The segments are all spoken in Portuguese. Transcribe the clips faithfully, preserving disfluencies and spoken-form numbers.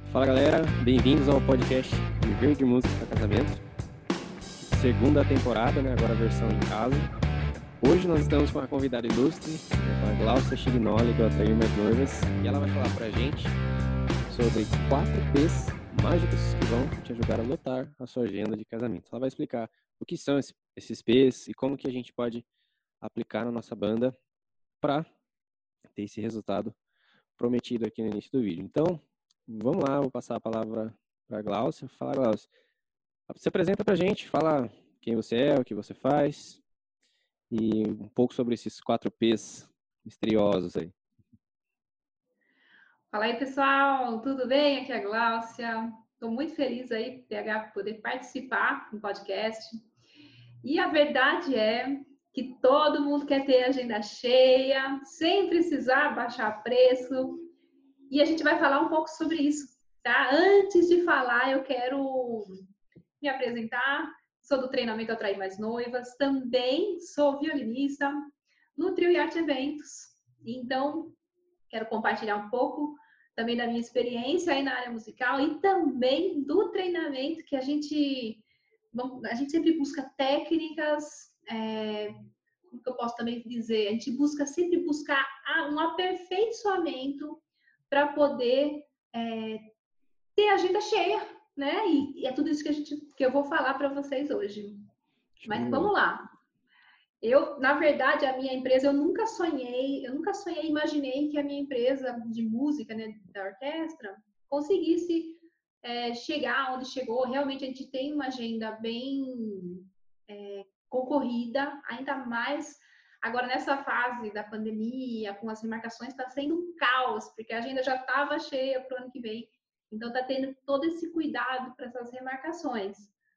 Fala galera, bem-vindos ao podcast Viver de Música para Casamento, segunda temporada, né? Agora a versão em casa. Hoje nós estamos com uma convidada ilustre, né, com a Glaucia Chignoli, do Atrair Mais Noivas, e ela vai falar pra gente sobre quatro P's mágicos que vão te ajudar a lotar a sua agenda de casamento. Ela vai explicar o que são esses P's e como que a gente pode aplicar na nossa banda para ter esse resultado prometido aqui no início do vídeo. Então, vamos lá, vou passar a palavra para a Glaucia. Fala, Glaucia. Se apresenta para a gente, fala quem você é, o que você faz e um pouco sobre esses quatro P's misteriosos aí. Fala aí, pessoal, tudo bem? Aqui é a Glaucia. Estou muito feliz aí, P H, por poder participar no podcast. E a verdade é que todo mundo quer ter agenda cheia, sem precisar baixar preço. E a gente vai falar um pouco sobre isso, tá? Antes de falar, eu quero me apresentar. Sou do treinamento Atrair Mais Noivas, também sou violinista no Trio e Arte Eventos. Então, quero compartilhar um pouco também da minha experiência aí na área musical e também do treinamento que a gente, a gente sempre busca técnicas, é, como que eu posso também dizer? A gente busca sempre buscar um aperfeiçoamento para poder é, ter a agenda cheia, né? E, e é tudo isso que, a gente, que eu vou falar para vocês hoje. Mas vamos lá. Eu, na verdade, a minha empresa, eu nunca sonhei, eu nunca sonhei, imaginei que a minha empresa de música, né, da orquestra, conseguisse é, chegar onde chegou. Realmente a gente tem uma agenda bem é, concorrida, ainda mais agora nessa fase da pandemia, com as remarcações, está sendo um caos, porque a agenda já estava cheia para o ano que vem. Então está tendo todo esse cuidado para essas remarcações.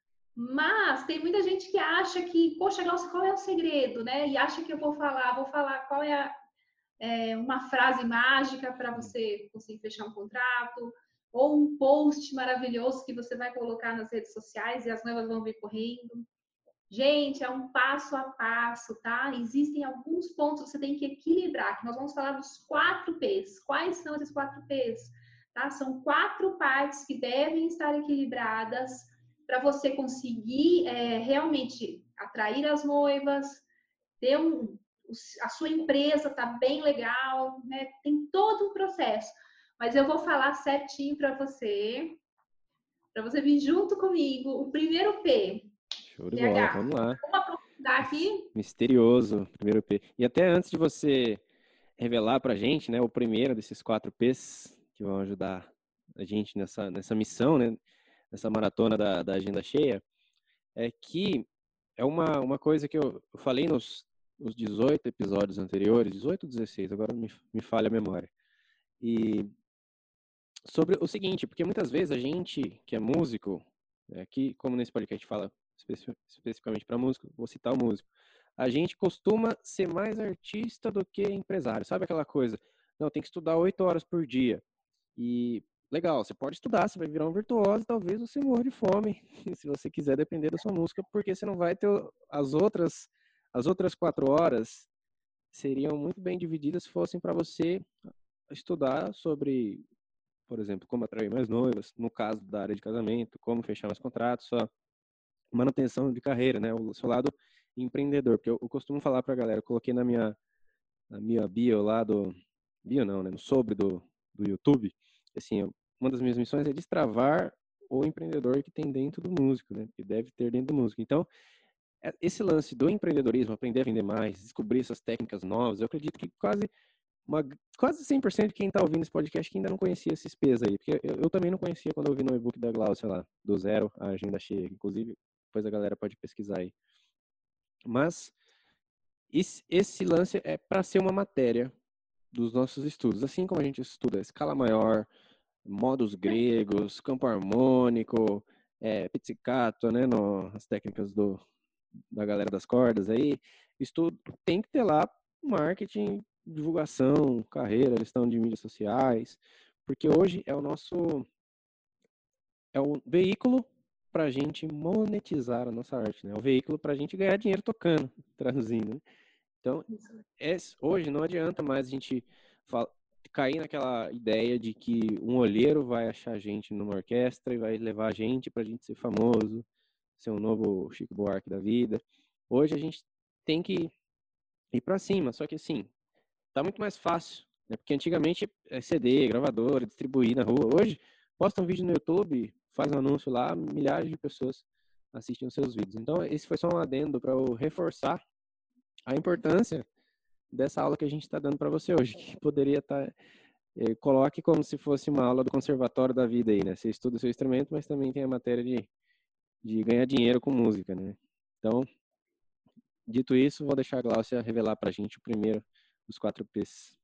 Mas tem muita gente que acha que, poxa, Glaucia, qual é o segredo, né? E acha que eu vou falar, vou falar qual é, a, é uma frase mágica para você conseguir fechar um contrato, ou um post maravilhoso que você vai colocar nas redes sociais e as noivas vão vir correndo. Gente, é um passo a passo, tá? Existem alguns pontos que você tem que equilibrar, que nós vamos falar dos quatro P's. Quais são esses quatro P's? Tá? São quatro partes que devem estar equilibradas para você conseguir é, realmente atrair as noivas, ter um, a sua empresa tá bem legal, né? Tem todo um processo. Mas eu vou falar certinho para você, para você vir junto comigo. O primeiro P. Show de bola, P H. vamos lá. Vamos aprofundar aqui? Misterioso, primeiro P. E até antes de você revelar pra gente, né, o primeiro desses quatro P's que vão ajudar a gente nessa, nessa missão, né, nessa maratona da, da agenda cheia, é que é uma, uma coisa que eu, eu falei nos, nos dezoito episódios anteriores, dezoito ou dezesseis, agora me, me falha a memória. E sobre o seguinte, porque muitas vezes a gente que é músico, aqui como nesse podcast fala especi- especificamente para músico, vou citar o músico, a gente costuma ser mais artista do que empresário, sabe aquela coisa? Não, tem que estudar oito horas por dia. E legal, você pode estudar, você vai virar um virtuoso, e talvez você morra de fome, se você quiser depender da sua música, porque você não vai ter as outras as outras quatro horas seriam muito bem divididas se fossem para você estudar sobre, por exemplo, como atrair mais noivas, no caso da área de casamento, como fechar mais contratos, sua manutenção de carreira, né, o seu lado empreendedor, porque eu, eu costumo falar para a galera, eu coloquei na minha na minha bio lá do bio não, né, no sobre do do YouTube, assim, uma das minhas missões é destravar o empreendedor que tem dentro do músico, né, que deve ter dentro do músico. Então, esse lance do empreendedorismo, aprender a vender mais, descobrir essas técnicas novas, eu acredito que quase uma, quase cem por cento de quem está ouvindo esse podcast que ainda não conhecia esses P's aí, porque eu, eu também não conhecia quando eu vi no e-book da Glaucia lá, do zero à agenda cheia, inclusive depois a galera pode pesquisar aí. Mas esse, esse lance é para ser uma matéria dos nossos estudos, assim como a gente estuda escala maior, modos gregos, campo harmônico, é, pizzicato, né, no, as técnicas do, da galera das cordas aí, estudo tem que ter lá marketing, divulgação, carreira, gestão de mídias sociais, porque hoje é o nosso é o veículo para a gente monetizar a nossa arte, né? É o veículo para a gente ganhar dinheiro tocando, traduzindo. Né? Então, é, hoje não adianta mais a gente fala, cair naquela ideia de que um olheiro vai achar a gente numa orquestra e vai levar a gente pra gente ser famoso, ser um novo Chico Buarque da vida. Hoje a gente tem que ir pra cima, só que assim, tá muito mais fácil, né? Porque antigamente é C D, gravadora, distribuir na rua. Hoje, posta um vídeo no YouTube, faz um anúncio lá, milhares de pessoas assistem os seus vídeos. Então, esse foi só um adendo para eu reforçar a importância dessa aula que a gente está dando para você hoje, que poderia estar... Tá, eh, coloque como se fosse uma aula do conservatório da vida aí, né? Você estuda o seu instrumento, mas também tem a matéria de, de ganhar dinheiro com música, né? Então, dito isso, vou deixar a Gláucia revelar para a gente o primeiro dos quatro P's.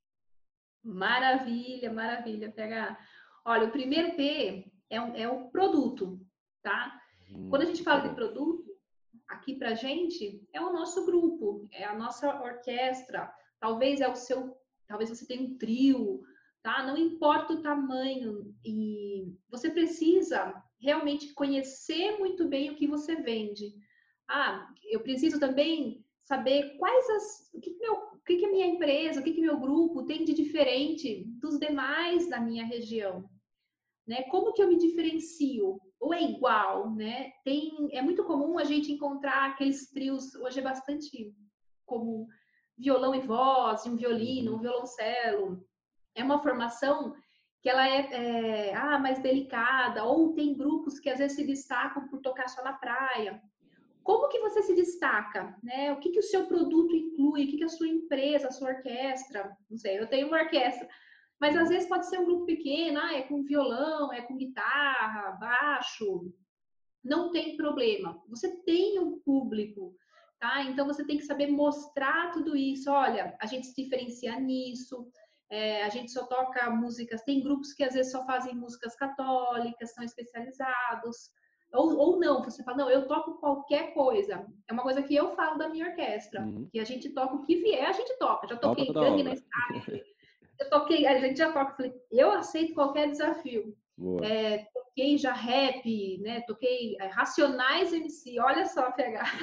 Maravilha, maravilha, P H. Olha, o primeiro P é, um, é o produto, tá? Hum, Quando a gente fala de produto, aqui pra gente, é o nosso grupo, é a nossa orquestra, talvez é o seu, talvez você tenha um trio, tá? Não importa o tamanho, e você precisa realmente conhecer muito bem o que você vende. Ah, eu preciso também saber quais as, o que, que, meu, o que, que a minha empresa, o que, que meu grupo tem de diferente dos demais da minha região, né? Como que eu me diferencio? Ou é igual, né? Tem, é muito comum a gente encontrar aqueles trios, hoje é bastante comum, violão e voz, um violino, um violoncelo. É uma formação que ela é, é ah, mais delicada, ou tem grupos que às vezes se destacam por tocar só na praia. Como que você se destaca, né? O que que o seu produto inclui? O que que a sua empresa, a sua orquestra? Não sei, eu tenho uma orquestra, mas às vezes pode ser um grupo pequeno, ah, é com violão, é com guitarra, baixo. Não tem problema. Você tem um público, tá? Então você tem que saber mostrar tudo isso. Olha, a gente se diferencia nisso. É, a gente só toca músicas. Tem grupos que às vezes só fazem músicas católicas, são especializados. Ou, ou não, você fala, não, eu toco qualquer coisa. É uma coisa que eu falo da minha orquestra, uhum. que a gente toca o que vier, a gente toca. Já toquei Gangue na Style, eu toquei, a gente já toca. Falei, eu aceito qualquer desafio. É, toquei já rap, né? Toquei é, Racionais M C, olha só, P H.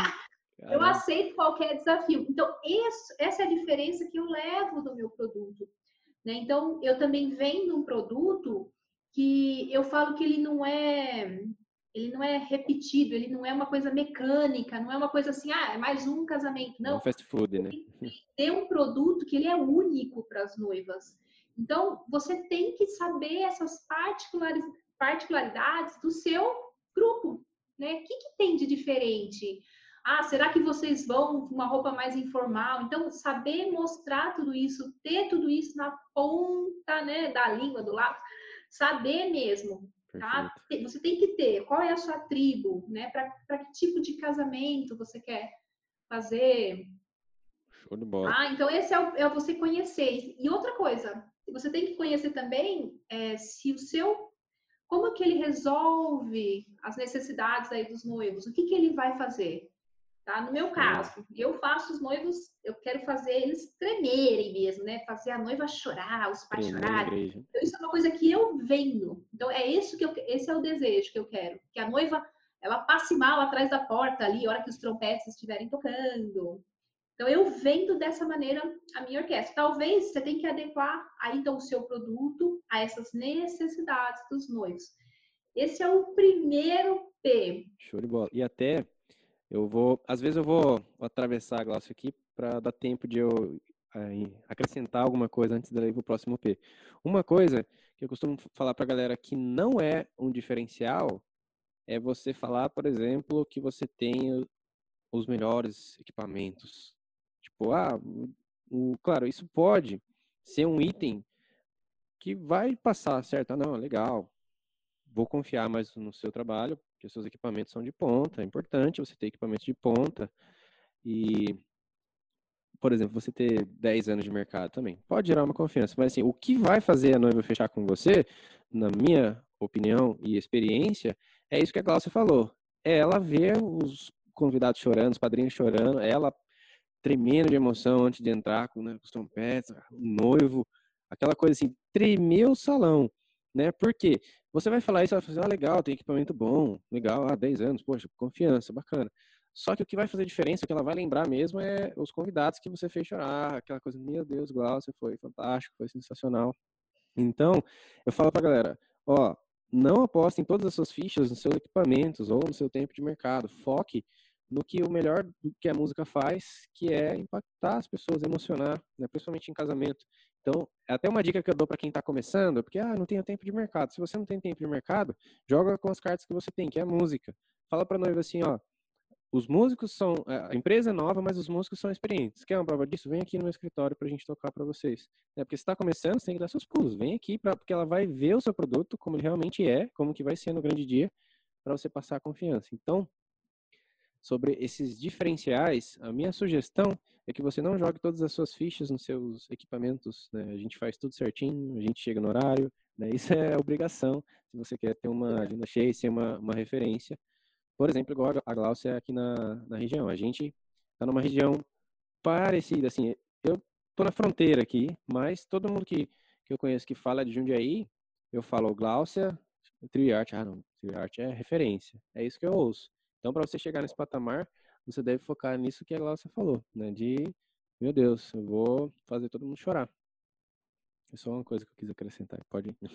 Eu aceito qualquer desafio. Então, isso, essa é a diferença que eu levo do meu produto. Né? Então, eu também vendo um produto que eu falo que ele não é... ele não é repetido, ele não é uma coisa mecânica, não é uma coisa assim, ah, é mais um casamento. Não, não fast food, né? Tem um produto que ele é único para as noivas. Então, você tem que saber essas particularidades do seu grupo, né? O que, que tem de diferente? Ah, será que vocês vão com uma roupa mais informal? Então, saber mostrar tudo isso, ter tudo isso na ponta, né, da língua, do lápis, saber mesmo. Tá? Você tem que ter qual é a sua tribo, né? Para que tipo de casamento você quer fazer. Show de bola. Ah, então esse é, o, é você conhecer. E outra coisa, você tem que conhecer também é, se o seu, como que ele resolve as necessidades aí dos noivos, o que que ele vai fazer. Tá? No meu caso, eu faço os noivos, eu quero fazer eles tremerem mesmo, né? Fazer a noiva chorar, os pais chorarem. Então, isso é uma coisa que eu vendo. Então, é isso que eu, esse é o desejo que eu quero. Que a noiva, ela passe mal atrás da porta ali, a hora que os trompetes estiverem tocando. Então, eu vendo dessa maneira a minha orquestra. Talvez você tenha que adequar aí, então, o seu produto a essas necessidades dos noivos. Esse é o primeiro P. Show de bola. E até... Eu vou, às vezes eu vou atravessar a Gláucia aqui para dar tempo de eu aí, acrescentar alguma coisa antes dela ir para o próximo P. Uma coisa que eu costumo falar para a galera que não é um diferencial é você falar, por exemplo, que você tem os melhores equipamentos. Tipo, ah, o, claro, isso pode ser um item que vai passar, certo? Ah, não, legal. Vou confiar mais no seu trabalho, porque os seus equipamentos são de ponta. É importante você ter equipamentos de ponta. E, por exemplo, você ter dez anos de mercado também pode gerar uma confiança. Mas, assim, o que vai fazer a noiva fechar com você, na minha opinião e experiência, é isso que a Gláucia falou. É ela ver os convidados chorando, os padrinhos chorando, ela tremendo de emoção antes de entrar com, né, com os trompetes, o noivo, aquela coisa assim, tremer o salão, né? Por quê? Você vai falar isso, ela vai falar, ah, legal, tem equipamento bom, legal, ah, dez anos, poxa, confiança, bacana. Só que o que vai fazer diferença, o que ela vai lembrar mesmo é os convidados que você fez chorar, aquela coisa, meu Deus, Glaucia, foi fantástico, foi sensacional. Então, eu falo pra galera, ó, não apostem todas as suas fichas nos seus equipamentos ou no seu tempo de mercado. Foque no que o melhor do que a música faz, que é impactar as pessoas, emocionar, né, principalmente em casamento. Então, é até uma dica que eu dou para quem está começando, porque, ah, não tenho tempo de mercado. Se você não tem tempo de mercado, joga com as cartas que você tem, que é a música. Fala pra noiva assim, ó, os músicos são, a empresa é nova, mas os músicos são experientes. Quer uma prova disso? Vem aqui no meu escritório para a gente tocar para vocês. É, porque você está começando, você tem que dar seus pulos. Vem aqui, pra, porque ela vai ver o seu produto, como ele realmente é, como que vai ser no grande dia, para você passar a confiança. Então, sobre esses diferenciais, a minha sugestão é que você não jogue todas as suas fichas nos seus equipamentos, né? A gente faz tudo certinho, a gente chega no horário, né? Isso é obrigação, se você quer ter uma agenda cheia e ser uma, uma referência. Por exemplo, igual a Glaucia aqui na, na região. A gente está numa região parecida, assim, eu tô na fronteira aqui, mas todo mundo que, que eu conheço que fala de Jundiaí, eu falo Glaucia, Trio Arte, ah não, Trio Arte é referência, é isso que eu ouço. Então, para você chegar nesse patamar, você deve focar nisso que a Glaucia falou, né, de, meu Deus, eu vou fazer todo mundo chorar. É só uma coisa que eu quis acrescentar, pode ir.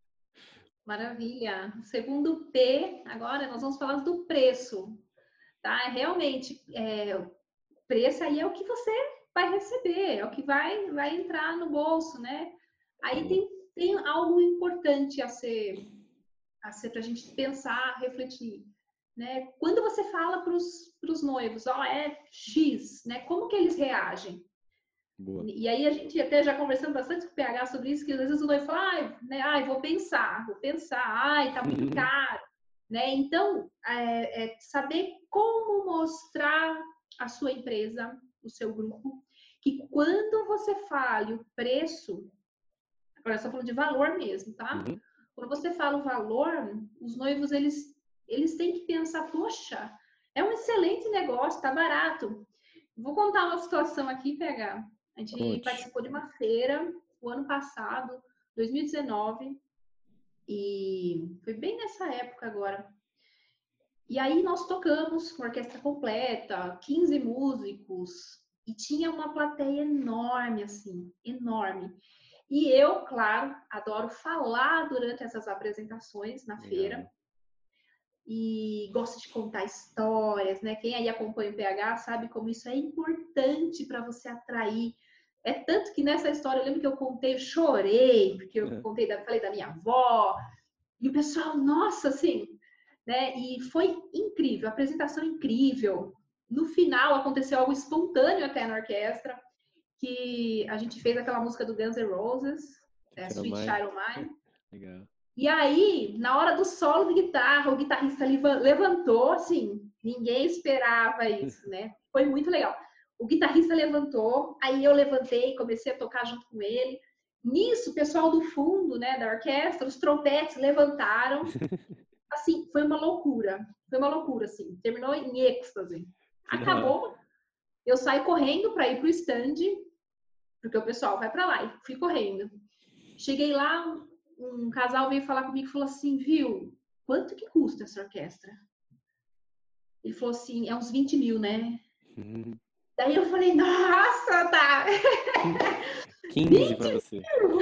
Maravilha. Segundo P, agora nós vamos falar do preço, tá? Realmente, é, o preço aí é o que você vai receber, é o que vai, vai entrar no bolso, né? Aí tem, tem algo importante a ser, a ser para a gente pensar, refletir, né? Quando você fala para os noivos, ó, é X, né? Como que eles reagem? Boa. E aí a gente até já conversando bastante com o P H sobre isso, que às vezes o noivo fala, ai, né, ai, vou pensar, vou pensar, ai, tá muito caro, né? Então, é, é saber como mostrar a sua empresa, o seu grupo, que quando você fale o preço, agora eu estou falando de valor mesmo, tá? Uhum. Quando você fala o valor, os noivos, eles, eles têm que pensar, poxa, é um excelente negócio, tá barato. Vou contar uma situação aqui, P H. A gente Conte. participou de uma feira o ano passado, dois mil e dezenove, e foi bem nessa época agora. E aí nós tocamos com orquestra completa, quinze músicos, e tinha uma plateia enorme, assim, enorme. E eu, claro, adoro falar durante essas apresentações na Legal. feira. E gosto de contar histórias, né? Quem aí acompanha o P H sabe como isso é importante para você atrair. É tanto que nessa história eu lembro que eu contei, eu chorei, porque eu contei, da, falei da minha avó, e o pessoal, nossa, assim, né? E foi incrível, a apresentação incrível. No final aconteceu algo espontâneo até na orquestra, que a gente fez aquela música do Guns N' Roses, é, Sweet Child O' Mine. Legal. E aí, na hora do solo de guitarra, o guitarrista levantou, assim, ninguém esperava isso, né? Foi muito legal. O guitarrista levantou, aí eu levantei, comecei a tocar junto com ele. Nisso, o pessoal do fundo, né, da orquestra, os trompetes levantaram. Assim, foi uma loucura. Foi uma loucura, assim. Terminou em êxtase. Acabou, eu saí correndo para ir pro stand, porque o pessoal vai para lá, e fui correndo. Cheguei lá, um casal veio falar comigo e falou assim, viu, quanto que custa essa orquestra? Ele falou assim, é uns vinte mil, né? Uhum. Daí eu falei, nossa, tá. quinze para você.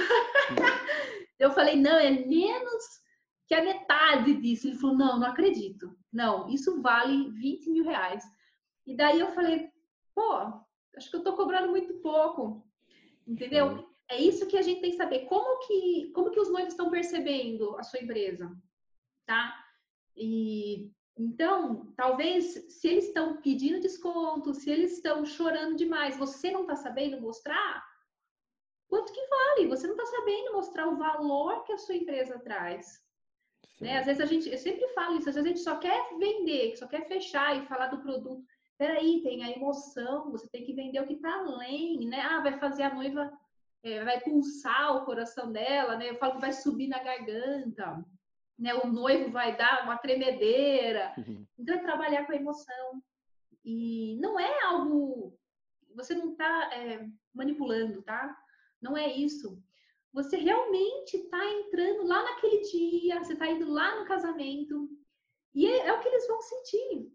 Eu falei, não, é menos que a metade disso. Ele falou, não, não acredito. Não, isso vale vinte mil reais. E daí eu falei, pô, acho que eu tô cobrando muito pouco. Entendeu? Uhum. É isso que a gente tem que saber. Como que, como que os noivos estão percebendo a sua empresa? Tá? E então, talvez, se eles estão pedindo desconto, se eles estão chorando demais, você não está sabendo mostrar, quanto que vale? Você não está sabendo mostrar o valor que a sua empresa traz. Né? Às vezes a gente, eu sempre falo isso, às vezes a gente só quer vender, só quer fechar e falar do produto. Peraí, tem a emoção, você tem que vender o que está além, né? Ah, vai fazer a noiva, é, vai pulsar o coração dela, né? Eu falo que vai subir na garganta, né? O noivo vai dar uma tremedeira. Então é trabalhar com a emoção. E não é algo, você não está é, manipulando, tá? Não é isso. Você realmente está entrando lá naquele dia, você está indo lá no casamento, e é, é o que eles vão sentir.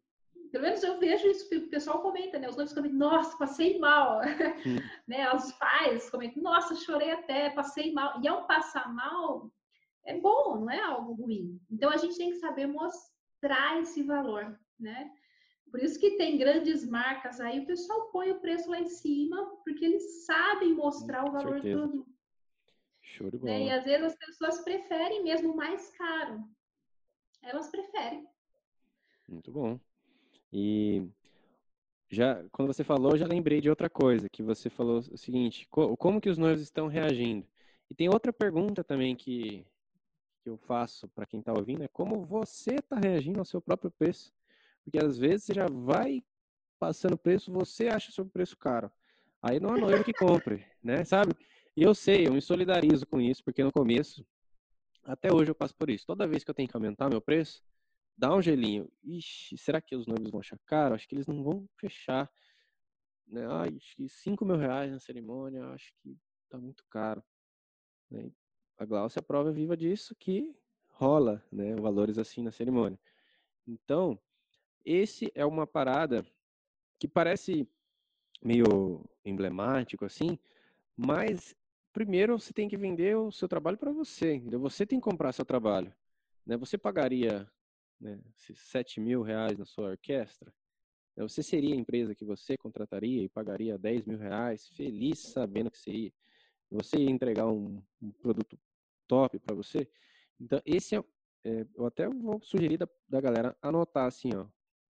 pelo menos eu vejo isso que o pessoal comenta, né? Os noivos comentam, nossa, passei mal. Né? Os pais comentam, nossa, chorei até, passei mal. E ao passar mal, é bom, não é algo ruim. Então a gente tem que saber mostrar esse valor, né? Por isso que tem grandes marcas aí, o pessoal põe o preço lá em cima, porque eles sabem mostrar o Com valor do certeza. produto. Show de Né? E bola. às vezes as pessoas preferem mesmo mais caro. Elas preferem. Muito bom. E já, quando você falou, eu já lembrei de outra coisa, que você falou o seguinte, co- como que os noivos estão reagindo? E tem outra pergunta também que, que eu faço para quem está ouvindo, é como você está reagindo ao seu próprio preço? Porque às vezes você já vai passando o preço, você acha o seu preço caro. Aí não há noivo que compre, né? Sabe? E eu sei, eu me solidarizo com isso, porque no começo, até hoje eu passo por isso. Toda vez que eu tenho que aumentar meu preço, dá um gelinho. Ixi, será que os noivos vão achar caro? Acho que eles não vão fechar, né? Ai, acho que cinco mil reais na cerimônia, acho que tá muito caro, né? A Gláucia é prova viva disso que rola, né? Valores assim na cerimônia. Então, esse é uma parada que parece meio emblemático assim, mas primeiro você tem que vender o seu trabalho para você, entendeu? Você tem que comprar seu trabalho, né? Você pagaria, né, esses sete mil reais na sua orquestra? Né? Você seria a empresa que você contrataria e pagaria dez mil reais, feliz sabendo que você ia, você ia entregar um, um produto top para você? Então, esse é, é, eu até vou sugerir da, da galera anotar assim, ó.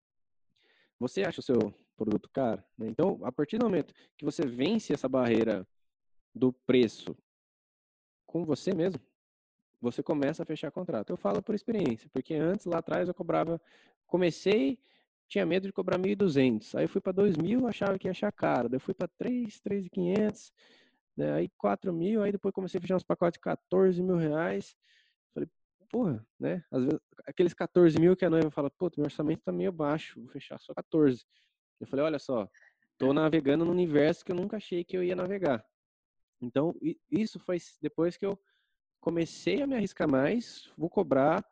Você acha o seu produto caro? Né? Então, a partir do momento que você vence essa barreira do preço com você mesmo, você começa a fechar contrato. Eu falo por experiência, porque antes, lá atrás, eu cobrava, comecei, tinha medo de cobrar mil e duzentos, aí eu fui para dois mil, achava que ia achar caro, daí eu fui para três, três mil e quinhentos, né? Aí quatro mil, aí depois comecei a fechar uns pacotes de quatorze mil reais, falei, porra, né? Às vezes, aqueles quatorze mil que a noiva fala, pô, meu orçamento tá meio baixo, vou fechar só quatorze. Eu falei, olha só, tô navegando no universo que eu nunca achei que eu ia navegar. Então, isso foi depois que eu comecei a me arriscar mais, vou cobrar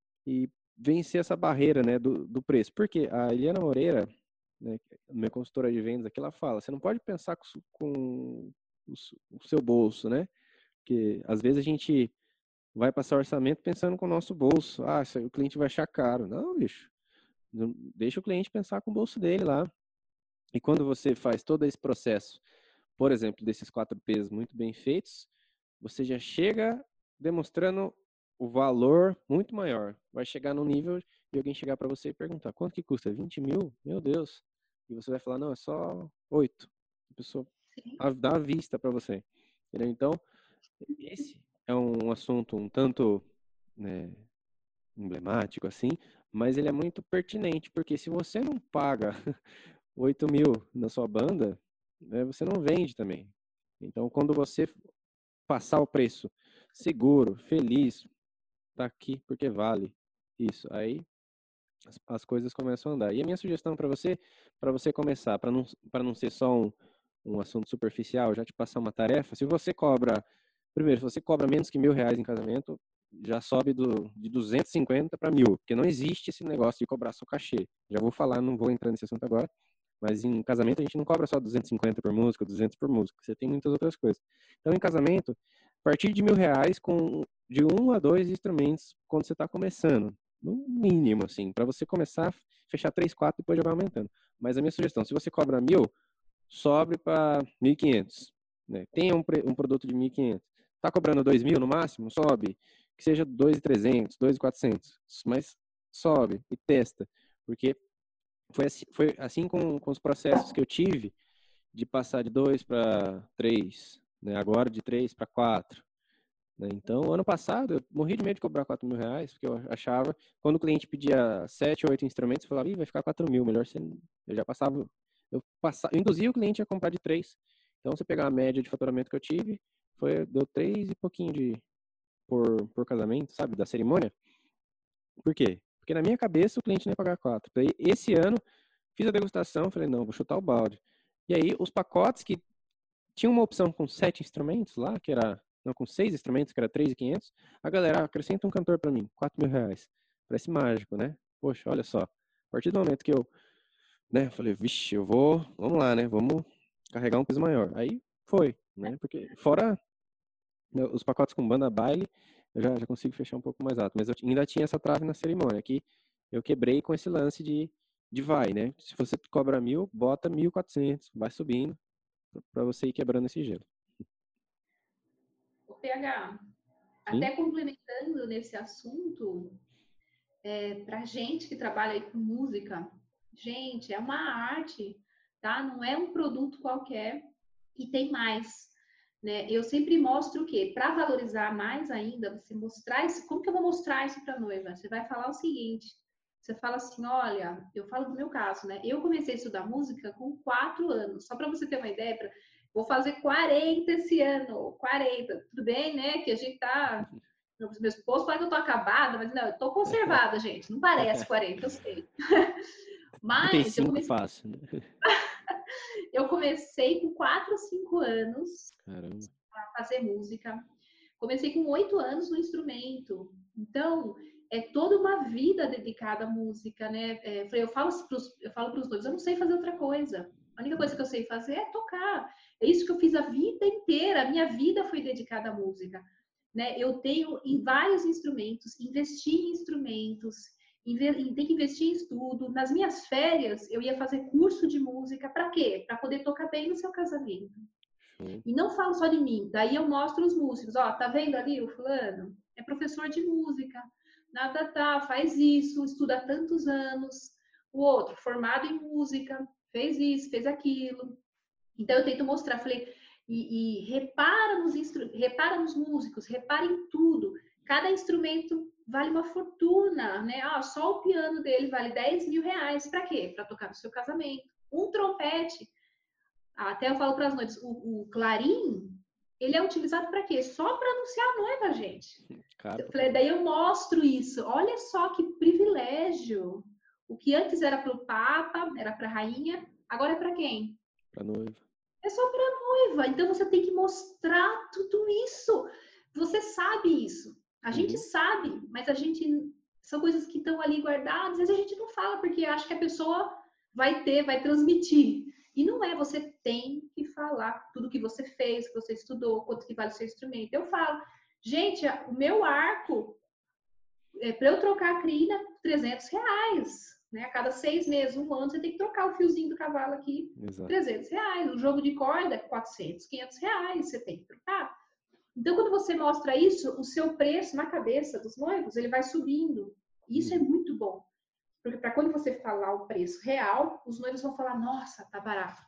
e vencer essa barreira, né, do, do preço. Porque a Eliana Moreira, né, minha consultora de vendas aqui, ela fala, você não pode pensar com, com o, o seu bolso, né? Porque às vezes a gente vai passar orçamento pensando com o nosso bolso. Ah, isso aí o cliente vai achar caro. Não, bicho. Não, deixa o cliente pensar com o bolso dele lá. E quando você faz todo esse processo, por exemplo, desses quatro P's muito bem feitos, você já chega demonstrando o valor muito maior. Vai chegar no nível de alguém chegar para você e perguntar, quanto que custa? vinte mil? Meu Deus. E você vai falar, não, é só oito. A pessoa dá a vista para você. Entendeu? Então, esse é um assunto um tanto, né, emblemático assim, mas ele é muito pertinente, porque se você não paga oito mil na sua banda, né, você não vende também. Então, quando você passar o preço seguro, feliz, tá aqui porque vale isso. Aí as, as coisas começam a andar. E a minha sugestão para você, para você começar, para não, para não ser só um, um assunto superficial, já te passar uma tarefa, se você cobra, primeiro, se você cobra menos que mil reais em casamento, já sobe do, de duzentos e cinquenta para mil, porque não existe esse negócio de cobrar só cachê. Já vou falar, não vou entrar nesse assunto agora, mas em casamento a gente não cobra só duzentos e cinquenta por música, duzentos por música, você tem muitas outras coisas. Então, em casamento, a partir de mil reais, com de um a dois instrumentos, quando você está começando, no mínimo, assim, para você começar a fechar três, quatro, depois já vai aumentando. Mas a minha sugestão, se você cobra mil, sobre para mil e quinhentos, né? Tenha um, um produto de mil e quinhentos. Está cobrando dois mil no máximo? Sobe. Que seja dois mil e trezentos, dois mil e quatrocentos. Mas sobe e testa. Porque foi assim, foi assim com, com os processos que eu tive de passar de dois para três, né? Agora de três para quatro. Né? Então, ano passado, eu morri de medo de cobrar quatro mil reais, porque eu achava, quando o cliente pedia sete ou oito instrumentos, eu falava, ih, vai ficar quatro mil, melhor você. Eu já passava, eu passava, eu induzia o cliente a comprar de três. Então, você pegar a média de faturamento que eu tive, foi, deu três e pouquinho de, por, por casamento, sabe, da cerimônia. Por quê? Porque na minha cabeça o cliente não ia pagar quatro. Daí, esse ano, fiz a degustação, falei, não, vou chutar o balde. E aí, os pacotes que tinham uma opção com sete instrumentos lá, que era, não, com seis instrumentos, que era três mil e quinhentos, a galera, acrescenta um cantor para mim, quatro mil reais. Parece mágico, né? Poxa, olha só. A partir do momento que eu né? Eu falei, vixe, eu vou, vamos lá, né? Vamos carregar um peso maior. Aí foi, né? Porque fora né, os pacotes com banda baile, eu já, já consigo fechar um pouco mais alto. Mas eu ainda tinha essa trave na cerimônia, que eu quebrei com esse lance de, de vai, né? Se você cobra mil, bota mil e quatrocentos, vai subindo, para você ir quebrando esse gelo. O P H, Sim? até complementando nesse assunto, é, para gente que trabalha aí com música, gente, é uma arte, tá? Não é um produto qualquer. E tem mais, né? Eu sempre mostro o quê? Para valorizar mais ainda, você mostrar isso. Como que eu vou mostrar isso para a noiva? Você vai falar o seguinte: você fala assim, olha, eu falo do meu caso, né? Eu comecei a estudar música com quatro anos. Só para você ter uma ideia, pra... vou fazer quarenta esse ano, quarenta. Tudo bem, né? Que a gente tá meu esposo fala que eu tô acabada, mas não, eu tô conservada, gente. Não parece quarenta, eu sei. Mas eu trinta e cinco comecei, fácil, né? eu comecei com quatro ou cinco anos Caramba. a fazer música. Comecei com oito anos no instrumento. Então, é toda uma vida dedicada à música, né? É, eu falo pros, eu falo para os noivos, eu não sei fazer outra coisa. A única coisa que eu sei fazer é tocar. É isso que eu fiz a vida inteira. A minha vida foi dedicada à música. Né? Eu tenho em vários instrumentos, investi em instrumentos, tem que investir em estudo. Nas minhas férias, eu ia fazer curso de música. Para quê? Para poder tocar bem no seu casamento. Show. E não falo só de mim. Daí eu mostro os músicos. Ó, tá vendo ali o fulano? É professor de música. Nada tá, faz isso, estuda há tantos anos. O outro, formado em música, fez isso, fez aquilo. Então eu tento mostrar, falei, e, e repara, nos instru... repara nos músicos, repara em tudo. Cada instrumento vale uma fortuna, né? Ah, só o piano dele vale dez mil reais. Para quê? Para tocar no seu casamento. Um trompete. Até eu falo para as noivas, o, o clarim, ele é utilizado para quê? Só para anunciar a noiva, gente. Caro Eu pra falei, caramba. daí eu mostro isso. Olha só que privilégio. O que antes era para o Papa, era para a rainha, agora é para quem? Pra noiva. É só para a noiva. Então você tem que mostrar tudo isso. Você sabe isso. A gente Uhum. sabe, mas a gente. São coisas que estão ali guardadas, às vezes a gente não fala, porque acha que a pessoa vai ter, vai transmitir. E não é, você tem que falar tudo que você fez, que você estudou, quanto que vale o seu instrumento. Eu falo, gente, o meu arco, é, para eu trocar a crina, trezentos reais. Né? A cada seis meses, um ano, você tem que trocar o fiozinho do cavalo aqui, Exato. trezentos reais. O jogo de corda, quatrocentos, quinhentos reais, você tem que trocar. Então, quando você mostra isso, o seu preço na cabeça dos noivos, ele vai subindo. E isso é Uhum. muito bom. Porque para quando você falar o preço real, os noivos vão falar, nossa, tá barato.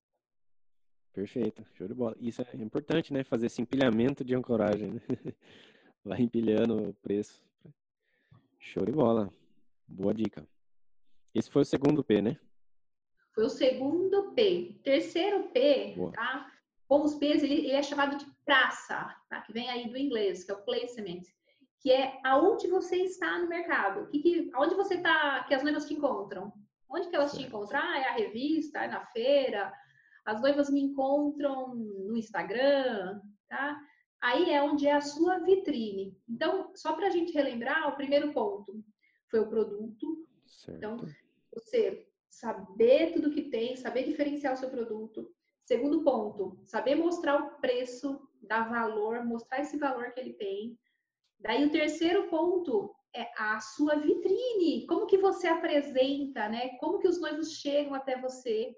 Perfeito, show de bola. Isso é importante, né? Fazer esse empilhamento de ancoragem, né? Vai empilhando o preço. Show de bola. Boa dica. Esse foi o segundo P, né? Foi o segundo P. Terceiro P, Boa. tá? Com os P's, ele, ele é chamado de praça, tá? Que vem aí do inglês, que é o placement, que é aonde você está no mercado. Que, que, aonde você está, que as noivas te encontram. Onde que elas te Certo. encontram? Ah, é a revista, é na feira. As noivas me encontram no Instagram, tá? Aí é onde é a sua vitrine. Então, só para a gente relembrar, o primeiro ponto foi o produto. Então, Certo. você saber tudo que tem, saber diferenciar o seu produto. Segundo ponto, saber mostrar o preço, dar valor, mostrar esse valor que ele tem. Daí o terceiro ponto é a sua vitrine, como que você apresenta, né? Como que os noivos chegam até você.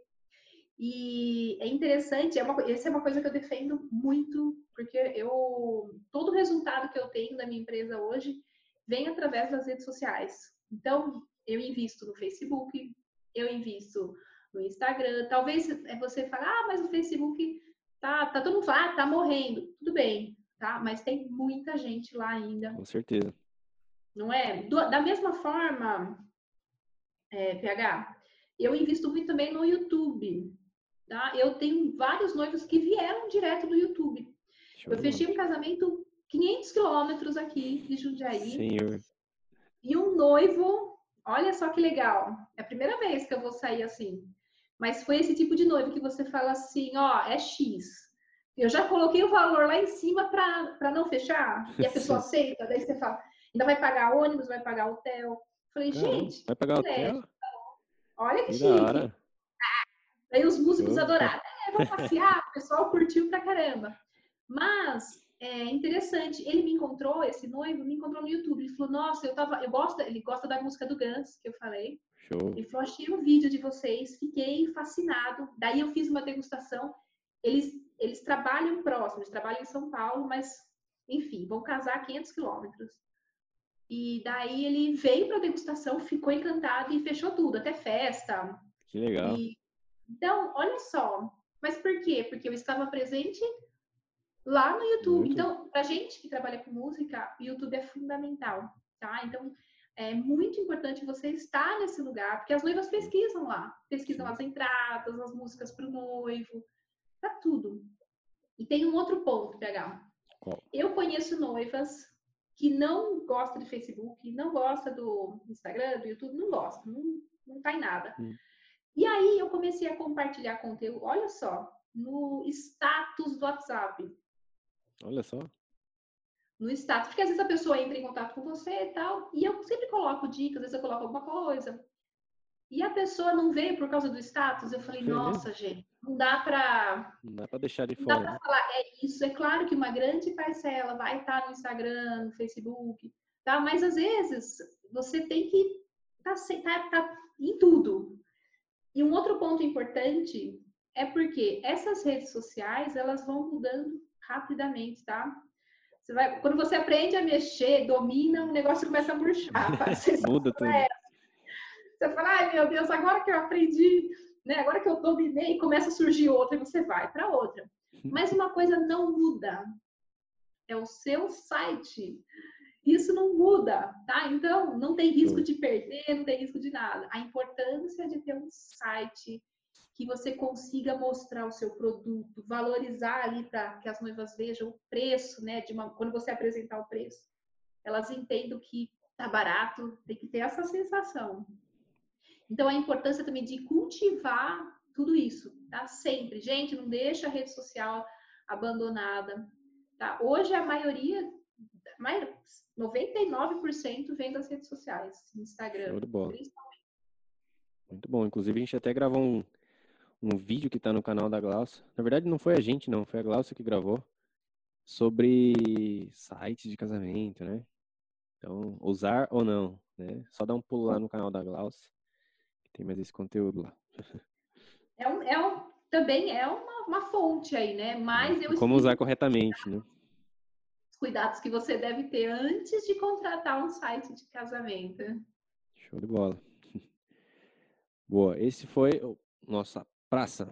E é interessante, é uma, essa é uma coisa que eu defendo muito, porque eu todo o resultado que eu tenho da minha empresa hoje vem através das redes sociais. Então, eu invisto no Facebook, eu invisto no Instagram. Talvez você fale, ah, mas o Facebook tá, tá todo mundo falando, ah, tá morrendo. Tudo bem, tá? Mas tem muita gente lá ainda, Com certeza. não é? Do, da mesma forma, é, P H, eu invisto muito também no YouTube. Tá? Eu tenho vários noivos que vieram direto do YouTube. Show Eu de bola. fechei um casamento quinhentos quilômetros aqui de Jundiaí Senhor. e um noivo, olha só que legal, é a primeira vez que eu vou sair assim, mas foi esse tipo de noivo que você fala assim, ó, é X. Eu já coloquei o valor lá em cima para não fechar e a pessoa Sim. aceita, daí você fala, ainda vai pagar ônibus, vai pagar hotel. Falei, Caramba, gente, vai pagar privilégio. hotel? Olha que Que da chique. hora. Aí os músicos Show. adoraram. É, vamos passear, o pessoal curtiu pra caramba. Mas é interessante, ele me encontrou, esse noivo, me encontrou no YouTube. Ele falou, nossa, eu tava, eu gosto, ele gosta da música do Guns, que eu falei. Show. Ele falou, achei um vídeo de vocês, fiquei fascinado. Daí eu fiz uma degustação. Eles, eles trabalham próximo, eles trabalham em São Paulo, mas, enfim, vão casar a quinhentos quilômetros. E daí ele veio para a degustação, ficou encantado e fechou tudo, até festa. Que legal. E, então, olha só. Mas por quê? Porque eu estava presente lá no YouTube. Muito. Então, pra gente que trabalha com música, o YouTube é fundamental, tá? Então, é muito importante você estar nesse lugar, porque as noivas pesquisam lá. Pesquisam Sim. as entradas, as músicas para o noivo, para tudo. E tem um outro ponto, P H. Qual? Eu conheço noivas que não gostam de Facebook, não gostam do Instagram, do YouTube, não gostam, não, não tá em nada. Hum. E aí eu comecei a compartilhar conteúdo, olha só, no status do WhatsApp. Olha só. No status, porque às vezes a pessoa entra em contato com você e tal, e eu sempre coloco dicas, às vezes eu coloco alguma coisa, e a pessoa não veio por causa do status, eu falei, Foi nossa, mesmo? gente, não dá pra, Não dá pra deixar de não dá fora, pra né? falar, é isso, é claro que uma grande parcela vai estar no Instagram, no Facebook, tá? Mas às vezes você tem que estar tá, tá, tá em tudo. E um outro ponto importante é porque essas redes sociais, elas vão mudando rapidamente, tá? Você vai, quando você aprende a mexer, domina, o negócio começa a murchar. Tá? Você, Muda tudo. você fala, ai meu Deus, agora que eu aprendi, né? Agora que eu dominei, começa a surgir outra e você vai para outra. Mas uma coisa não muda, é o seu site. Isso não muda, tá? Então, não tem risco de perder, não tem risco de nada. A importância de ter um site que você consiga mostrar o seu produto, valorizar ali para que as noivas vejam o preço, né? De uma, quando você apresentar o preço, elas entendam que tá barato, tem que ter essa sensação. Então, a importância também de cultivar tudo isso, tá? Sempre. Gente, não deixa a rede social abandonada, tá? Hoje, a maioria, noventa e nove por cento vem das redes sociais, Instagram. Show de bola. Muito bom. Inclusive, a gente até gravou um, um vídeo que tá no canal da Glaucia. Na verdade, não foi a gente, não. Foi a Glaucia que gravou. Sobre sites de casamento, né? Então, usar ou não, né? Só dá um pulo lá no canal da Glaucia. Que tem mais esse conteúdo lá. É, um, é um, também é uma, uma fonte aí, né? Mas eu Como usar explico corretamente, né? os cuidados que você deve ter antes de contratar um site de casamento. Show de bola. Boa. Esse foi o nossa praça.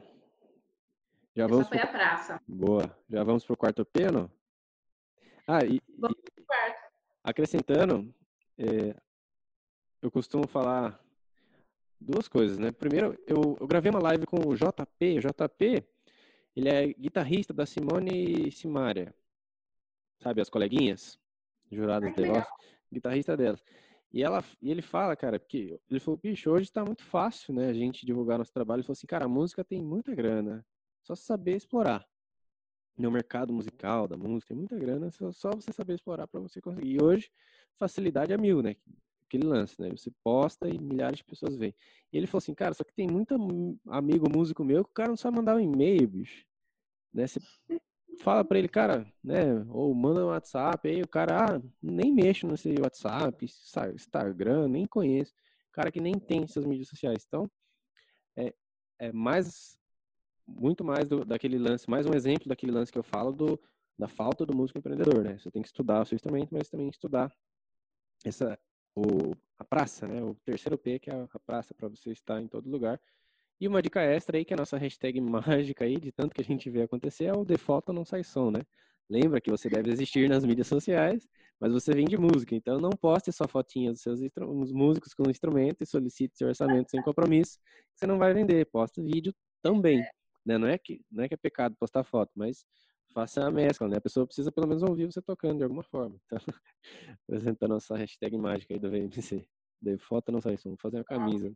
Já Essa vamos foi pro... a praça. Boa. Já vamos pro quarto P, não? Ah, e, Vamos e pro quarto. acrescentando, é, eu costumo falar duas coisas, né? Primeiro, eu, eu gravei uma live com o J P. O J P, ele é guitarrista da Simone e Simaria. Sabe, as coleguinhas juradas Ai, que de legal. voz? Guitarrista delas. E, ela, e ele fala, cara, porque ele falou, bicho, hoje tá muito fácil, né, a gente divulgar nosso trabalho. Ele falou assim, cara, a música tem muita grana, só saber explorar. No mercado musical, da música, tem muita grana, só, só você saber explorar para você conseguir. E hoje, facilidade é mil, né? Aquele lance, né? Você posta e milhares de pessoas veem. E ele falou assim, cara, só que tem muito amigo músico meu que o cara não sabe mandar um e-mail, bicho. Né? Você fala pra ele, cara, né? Ou manda um WhatsApp, aí o cara, ah, nem mexo nesse WhatsApp, Instagram, nem conheço. Cara que nem tem essas mídias sociais. Então, é, é mais, muito mais do, daquele lance, mais um exemplo daquele lance que eu falo do, da falta do músico empreendedor, né? Você tem que estudar o seu instrumento, mas também estudar essa, o, a praça, né? O terceiro P, que é a, a praça, para você estar em todo lugar. E uma dica extra aí, que é a nossa hashtag mágica aí, de tanto que a gente vê acontecer, é o de foto não sai som, né? Lembra que você deve existir nas mídias sociais, mas você vende música, então não poste só fotinhas dos seus os músicos com o instrumento e solicite seu orçamento sem compromisso, que você não vai vender. Posta vídeo também, né? Não é que, não é que é pecado postar foto, mas faça a mescla, né? A pessoa precisa pelo menos ouvir você tocando de alguma forma. Então, apresentando a nossa hashtag mágica aí do V M C. De foto não sai som, vou fazer uma camisa.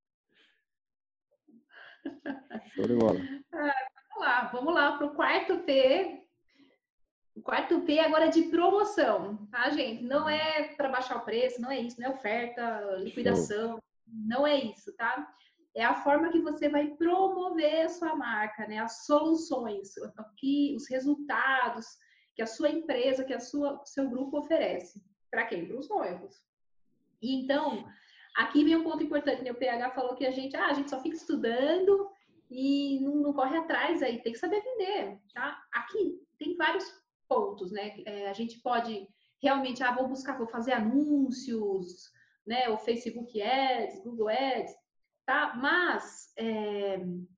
Show de bola. Ah, vamos lá, vamos lá para o quarto P. O quarto P agora é de promoção, tá, gente? Não é para baixar o preço, não é isso, não é oferta, liquidação, não é isso, tá? é a forma que você vai promover a sua marca, né? As soluções, aqui, os resultados que a sua empresa, que a sua seu grupo oferece. Para quem? Para os noivos. E então, aqui vem um ponto importante, né? O P H falou que a gente, ah, a gente só fica estudando e não, não corre atrás aí, tem que saber vender, tá? Aqui tem vários pontos, né? É, a gente pode realmente, ah, vou buscar, vou fazer anúncios, né? O Facebook Ads, Google Ads, tá? Mas é,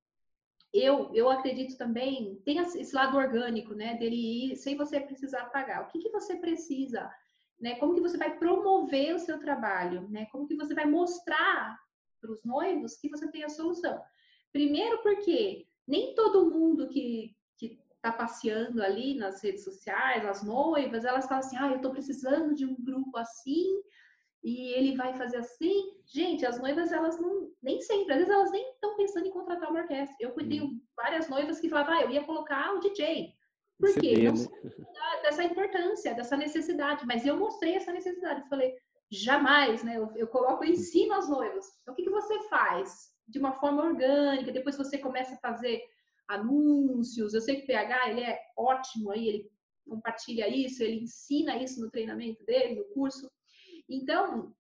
eu, eu acredito também, tem esse lado orgânico, né? Dele ir sem você precisar pagar. O que, que você precisa? Né? Como que você vai promover o seu trabalho? Né? Como que você vai mostrar para os noivos que você tem a solução? Primeiro porque nem todo mundo que está passeando ali nas redes sociais, as noivas, elas falam assim, ah, eu estou precisando de um grupo assim, e ele vai fazer assim. Gente, as noivas, elas não, nem sempre, às vezes elas nem estão pensando em contratar uma orquestra. Eu tenho Hum. várias noivas que falavam, ah, eu ia colocar o D J. Por C D, quê? Não né? sabia dessa importância, dessa necessidade, mas eu mostrei essa necessidade. Eu falei, jamais, né? Eu, eu coloco, eu ensino as noivas. Então, o que, que você faz? De uma forma orgânica, depois você começa a fazer anúncios. Eu sei que o P H, ele é ótimo aí, ele compartilha isso, ele ensina isso no treinamento dele, no curso. Então,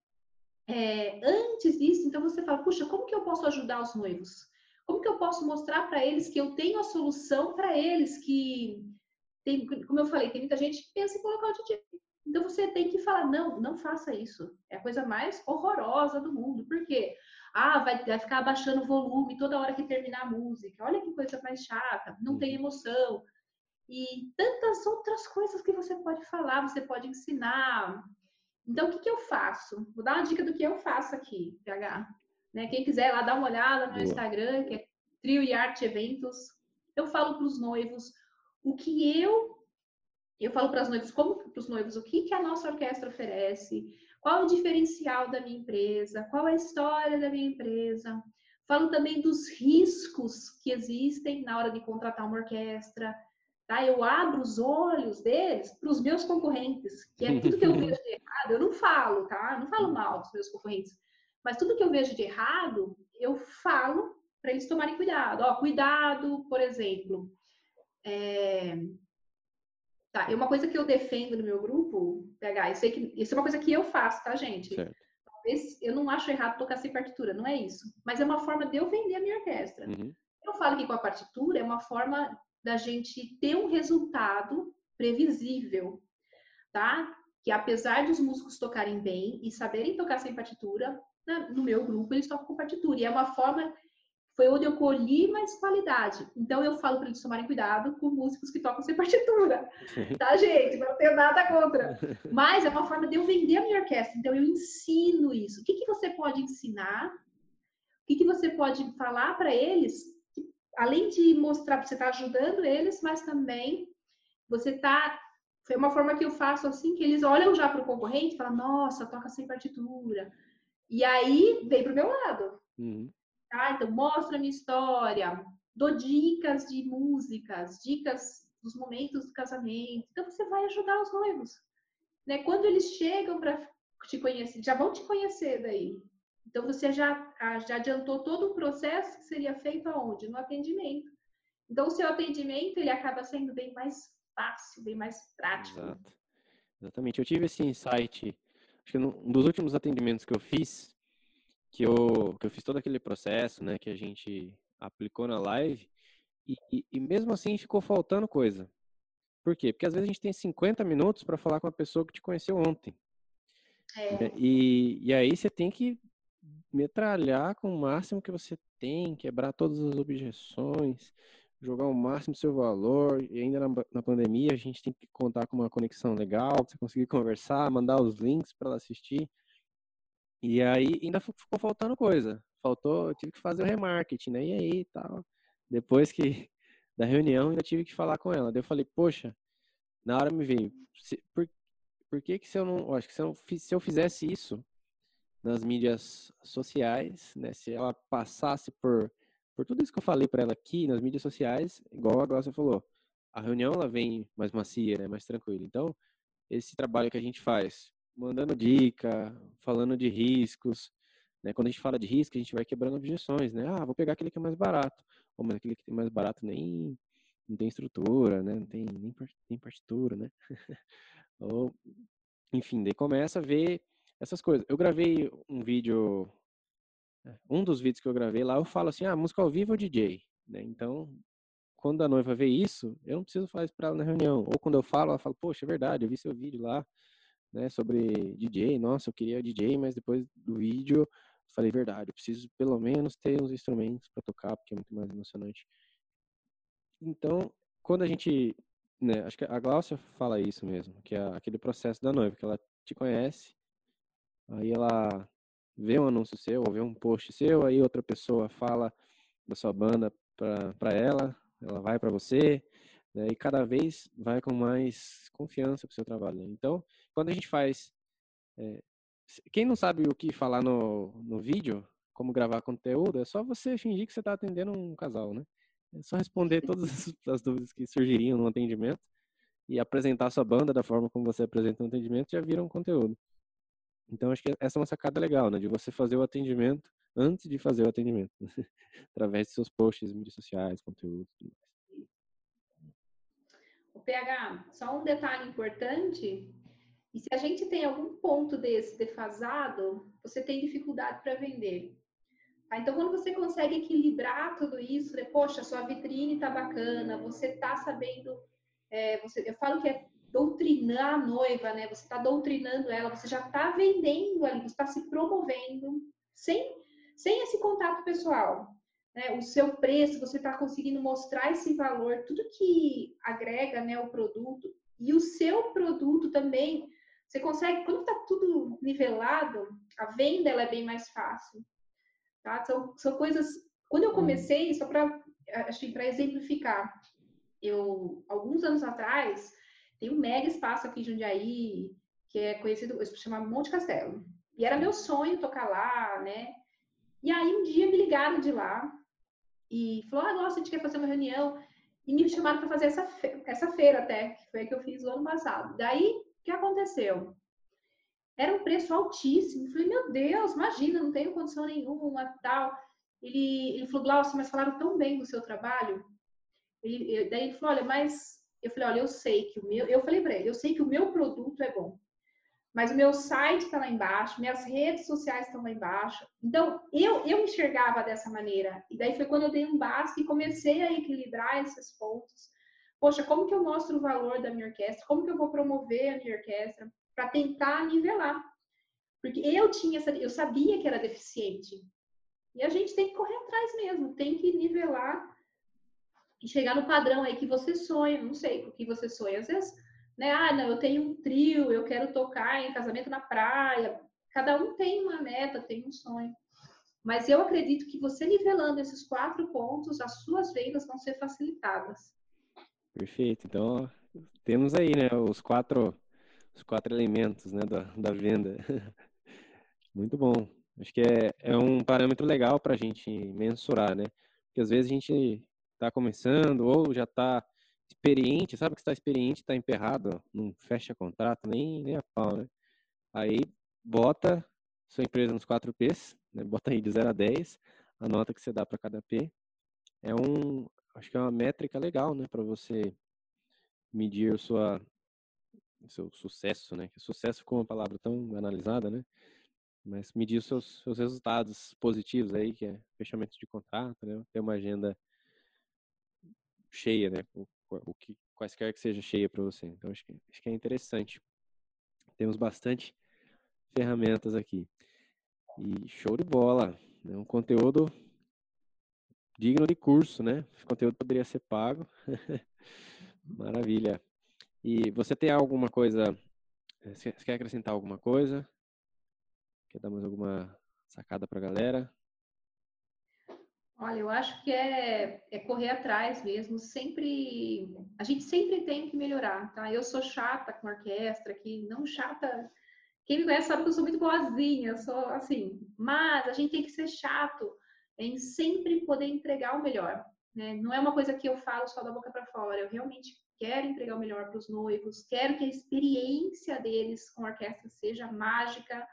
é, antes disso, então você fala, puxa, como que eu posso ajudar os noivos? Como que eu posso mostrar para eles que eu tenho a solução para eles que tem, como eu falei, tem muita gente que pensa em colocar o D J. Então você tem que falar, não, não faça isso. É a coisa mais horrorosa do mundo. Por quê? Ah, vai, vai ficar abaixando o volume toda hora que terminar a música. Olha que coisa mais chata, não tem emoção. E tantas outras coisas que você pode falar, você pode ensinar. Então, o que, que eu faço? Vou dar uma dica do que eu faço aqui, P H. Né? Quem quiser lá dar uma olhada no meu Boa. Instagram, que é Trio e Arte Eventos, eu falo para os noivos o que eu... Eu falo para as noivas, como para os noivos, o que, que a nossa orquestra oferece, qual é o diferencial da minha empresa, qual é a história da minha empresa. Falo também dos riscos que existem na hora de contratar uma orquestra. Tá? Eu abro os olhos deles para os meus concorrentes, que é tudo que eu vejo de errado, eu não falo, tá? Eu não falo mal dos meus concorrentes, mas tudo que eu vejo de errado, eu falo para eles tomarem cuidado. Ó, cuidado, por exemplo, é... tá, é uma coisa que eu defendo no meu grupo, P H, eu sei que isso é uma coisa que eu faço, tá, gente? Certo. Talvez eu não acho errado tocar sem partitura, não é isso, mas é uma forma de eu vender a minha orquestra. Uhum. Eu falo que com a partitura é uma forma da gente ter um resultado previsível, tá? Que apesar dos músicos tocarem bem e saberem tocar sem partitura, no meu grupo eles tocam com partitura. E é uma forma, foi onde eu colhi mais qualidade. Então eu falo para eles tomarem cuidado com músicos que tocam sem partitura, tá, gente? Não tenho nada contra. Mas é uma forma de eu vender a minha orquestra. Então eu ensino isso. O que, que você pode ensinar? O que, que você pode falar para eles? Além de mostrar que você está ajudando eles, mas também você está... Foi uma forma que eu faço assim, que eles olham já para o concorrente e falam, nossa, toca sem partitura. E aí, vem para o meu lado. Uhum. Tá? Então, mostra a minha história, dou dicas de músicas, dicas dos momentos do casamento. Então, você vai ajudar os noivos. Né? Quando eles chegam para te conhecer, já vão te conhecer daí. Então, você já, já adiantou todo o processo que seria feito aonde? No atendimento. Então, o seu atendimento, ele acaba sendo bem mais fácil, bem mais prático. Exato. Exatamente. Eu tive esse insight, acho que um dos últimos atendimentos que eu fiz, que eu, que eu fiz todo aquele processo, né, que a gente aplicou na live, e, e, e mesmo assim ficou faltando coisa. Por quê? Porque às vezes a gente tem cinquenta minutos para falar com uma pessoa que te conheceu ontem. É. E, e aí você tem que metralhar com o máximo que você tem, quebrar todas as objeções, jogar o máximo do seu valor. E ainda na, na pandemia a gente tem que contar com uma conexão legal, pra você conseguir conversar, mandar os links para ela assistir. E aí ainda ficou faltando coisa. Faltou, eu tive que fazer o remarketing, né? E aí, tal. Depois que da reunião, ainda tive que falar com ela. Daí eu falei, poxa, na hora me veio, se, por, por que que se eu não, eu acho que se eu, se eu fizesse isso nas mídias sociais, né, se ela passasse por, por tudo isso que eu falei para ela aqui nas mídias sociais, igual agora você falou, a reunião ela vem mais macia, né, mais tranquila. Então, esse trabalho que a gente faz, mandando dica, falando de riscos, né? Quando a gente fala de risco, a gente vai quebrando objeções, né? Ah, vou pegar aquele que é mais barato. Ou, mas aquele que tem mais barato nem não tem estrutura, né? Não tem nem tem partitura, né? Ou, enfim, daí começa a ver essas coisas. Eu gravei um vídeo, um dos vídeos que eu gravei lá, eu falo assim, ah, música ao vivo ou D J, né? Então, quando a noiva vê isso, eu não preciso falar isso para ela na reunião. Ou quando eu falo, ela fala, poxa, é verdade, eu vi seu vídeo lá, né, sobre D J, nossa, eu queria D J, mas depois do vídeo, falei, verdade, eu preciso pelo menos ter uns instrumentos para tocar, porque é muito mais emocionante. Então, quando a gente, né, acho que a Gláucia fala isso mesmo, que é aquele processo da noiva, que ela te conhece, aí ela vê um anúncio seu, ou vê um post seu, aí outra pessoa fala da sua banda para ela, ela vai para você, né, e cada vez vai com mais confiança para o seu trabalho, né? Então, quando a gente faz, é, quem não sabe o que falar no, no vídeo, como gravar conteúdo, é só você fingir que você está atendendo um casal, né? É só responder todas as, as dúvidas que surgiriam no atendimento e apresentar a sua banda da forma como você apresenta no atendimento, já vira um conteúdo. Então, acho que essa é uma sacada legal, né? De você fazer o atendimento antes de fazer o atendimento. Através de seus posts, mídias sociais, conteúdo. O P H, só um detalhe importante, e se a gente tem algum ponto desse defasado, você tem dificuldade para vender. Tá? Então, quando você consegue equilibrar tudo isso, né? Poxa, sua vitrine tá bacana, você tá sabendo, é, você, eu falo que é doutrinar a noiva, né? Você tá doutrinando ela, você já tá vendendo ali, você está se promovendo, sem, sem esse contato pessoal. Né? O seu preço, você está conseguindo mostrar esse valor, tudo que agrega, né, o produto, e o seu produto também, você consegue, quando está tudo nivelado, a venda ela é bem mais fácil. Tá? São, são coisas. Quando eu comecei, só para para exemplificar, eu alguns anos atrás tem um mega espaço aqui em Jundiaí que é conhecido, se chama Monte Castelo, e era meu sonho tocar lá, né? E aí um dia me ligaram de lá e falou: ah, nossa, a gente quer fazer uma reunião, e me chamaram para fazer essa fe essa feira até, que foi a que eu fiz o ano passado. Daí o que aconteceu? Era um preço altíssimo. Eu falei, meu Deus, imagina, não tenho condição nenhuma, tal. Ele, ele falou, Glaucio, mas falaram tão bem do seu trabalho. Ele, daí ele falou, olha, mas... Eu falei, olha, eu sei que o meu... Eu falei para ele, eu sei que o meu produto é bom. Mas o meu site está lá embaixo, minhas redes sociais estão lá embaixo. Então, eu, eu enxergava dessa maneira. E daí foi quando eu dei um basta e comecei a equilibrar esses pontos. Poxa, como que eu mostro o valor da minha orquestra? Como que eu vou promover a minha orquestra? Para tentar nivelar. Porque eu tinha essa, eu sabia que era deficiente. E a gente tem que correr atrás mesmo, tem que nivelar e chegar no padrão aí que você sonha, não sei o que você sonha. Às vezes, né, ah, não, eu tenho um trio, eu quero tocar em casamento na praia. Cada um tem uma meta, tem um sonho. Mas eu acredito que você nivelando esses quatro pontos, as suas vendas vão ser facilitadas. Perfeito. Então, temos aí, né, os quatro, os quatro elementos, né, da, da venda. Muito bom. Acho que é, é um parâmetro legal para a gente mensurar, né? Porque às vezes a gente está começando ou já está experiente, sabe que está experiente, está emperrado, não fecha contrato nem, nem a pau, né? Aí bota sua empresa nos quatro P's, né? Bota aí de zero a dez, a nota que você dá para cada P. É um, acho que é uma métrica legal, né, para você medir o sua, o seu sucesso, né? Que sucesso ficou uma palavra tão analisada, né? Mas medir os seus, seus resultados positivos aí, que é fechamento de contrato, né? Ter uma agenda cheia, né? O, o que quaisquer que seja cheia para você. Então acho que, acho que é interessante. Temos bastante ferramentas aqui. E show de bola. É um conteúdo digno de curso, né? Esse conteúdo poderia ser pago. Maravilha. E você tem alguma coisa, você quer acrescentar alguma coisa? Quer dar mais alguma sacada para a galera? Olha, eu acho que é, é correr atrás mesmo, sempre, a gente sempre tem que melhorar, tá? Eu sou chata com orquestra aqui, não chata, quem me conhece sabe que eu sou muito boazinha, sou assim, mas a gente tem que ser chato em sempre poder entregar o melhor, né? Não é uma coisa que eu falo só da boca para fora, eu realmente quero entregar o melhor para os noivos, quero que a experiência deles com a orquestra seja mágica,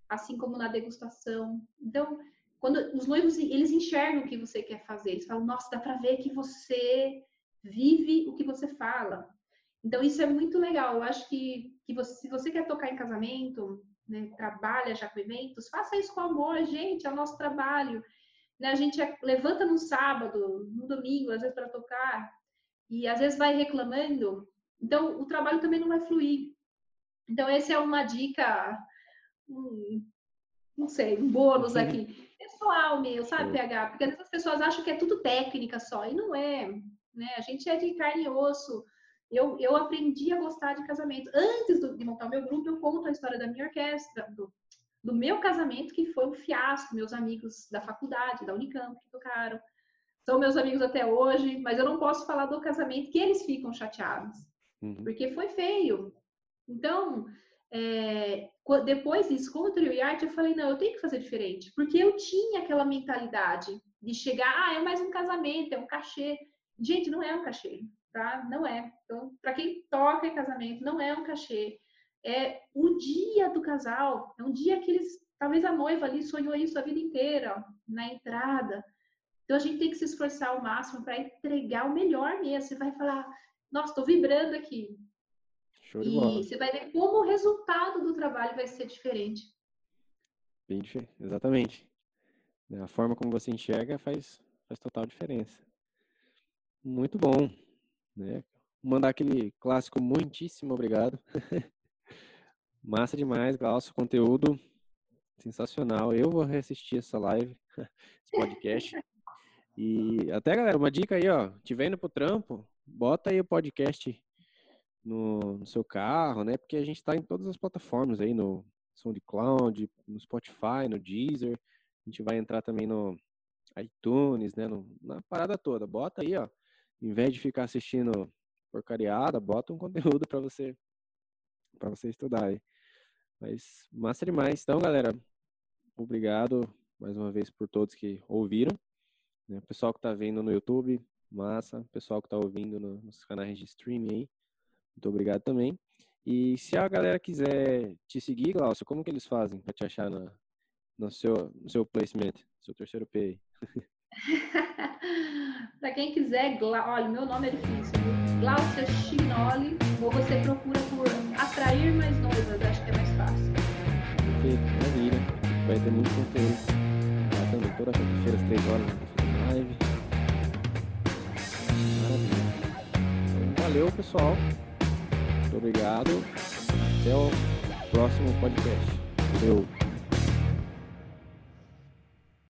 assim como na degustação. Então, quando os noivos, eles enxergam o que você quer fazer, eles falam, nossa, dá para ver que você vive o que você fala. Então, isso é muito legal. Eu acho que, que você, se você quer tocar em casamento, né, trabalha já com eventos, faça isso com amor, gente, é o nosso trabalho. Né, a gente é, levanta no sábado, no domingo, às vezes para tocar, e às vezes vai reclamando, então o trabalho também não vai fluir. Então, essa é uma dica, um, não sei, um bônus aqui. Pessoal meu, sabe, P H? Porque às vezes as pessoas acham que é tudo técnica só, e não é. Né? A gente é de carne e osso. Eu, eu aprendi a gostar de casamento. Antes do, de montar o meu grupo, eu conto a história da minha orquestra, do, do meu casamento, que foi um fiasco. Meus amigos da faculdade, da Unicamp, que tocaram. São meus amigos até hoje, mas eu não posso falar do casamento, que eles ficam chateados. Uhum. Porque foi feio. Então, é, depois disso, com o Trio e Arte, eu falei, não, eu tenho que fazer diferente. Porque eu tinha aquela mentalidade de chegar, ah, é mais um casamento, é um cachê. Gente, não é um cachê, tá? Não é. Então, para quem toca em casamento, não é um cachê. É o dia do casal. É um dia que eles, talvez a noiva ali sonhou isso a vida inteira, na entrada. Então, a gente tem que se esforçar ao máximo para entregar o melhor mesmo. Você vai falar, nossa, estou vibrando aqui. Show de bola. E você vai ver como o resultado do trabalho vai ser diferente. Bem diferente, exatamente. A forma como você enxerga faz, faz total diferença. Muito bom. Né? Vou mandar aquele clássico muitíssimo obrigado. Massa demais, Glaucio. Conteúdo sensacional. Eu vou reassistir essa live, esse podcast. E até, galera, uma dica aí, ó. Tiver indo pro trampo, bota aí o podcast no, no seu carro, né? Porque a gente tá em todas as plataformas aí, no SoundCloud, no Spotify, no Deezer. A gente vai entrar também no iTunes, né? No, na parada toda. Bota aí, ó. Em vez de ficar assistindo porcariada, bota um conteúdo para você para você estudar aí. Mas massa demais. Então, galera, obrigado mais uma vez por todos que ouviram. Né? O pessoal que tá vendo no YouTube, massa. O pessoal que tá ouvindo no, nos canais de streaming aí, muito obrigado também. E se a galera quiser te seguir, Glaucio, como que eles fazem para te achar na, no, seu, no seu placement, seu terceiro P aí? Para quem quiser, olha, meu nome é difícil, Glaucia Chignoli, ou você procura por Atrair Mais Noivas, acho que é mais fácil. Perfeito, maravilha. Vai ter muito conteúdo. Lá também, toda quinta-feira, às três horas, eu tô fazendo live. Maravilha. Então, valeu, pessoal. Muito obrigado. Até o próximo podcast. Valeu.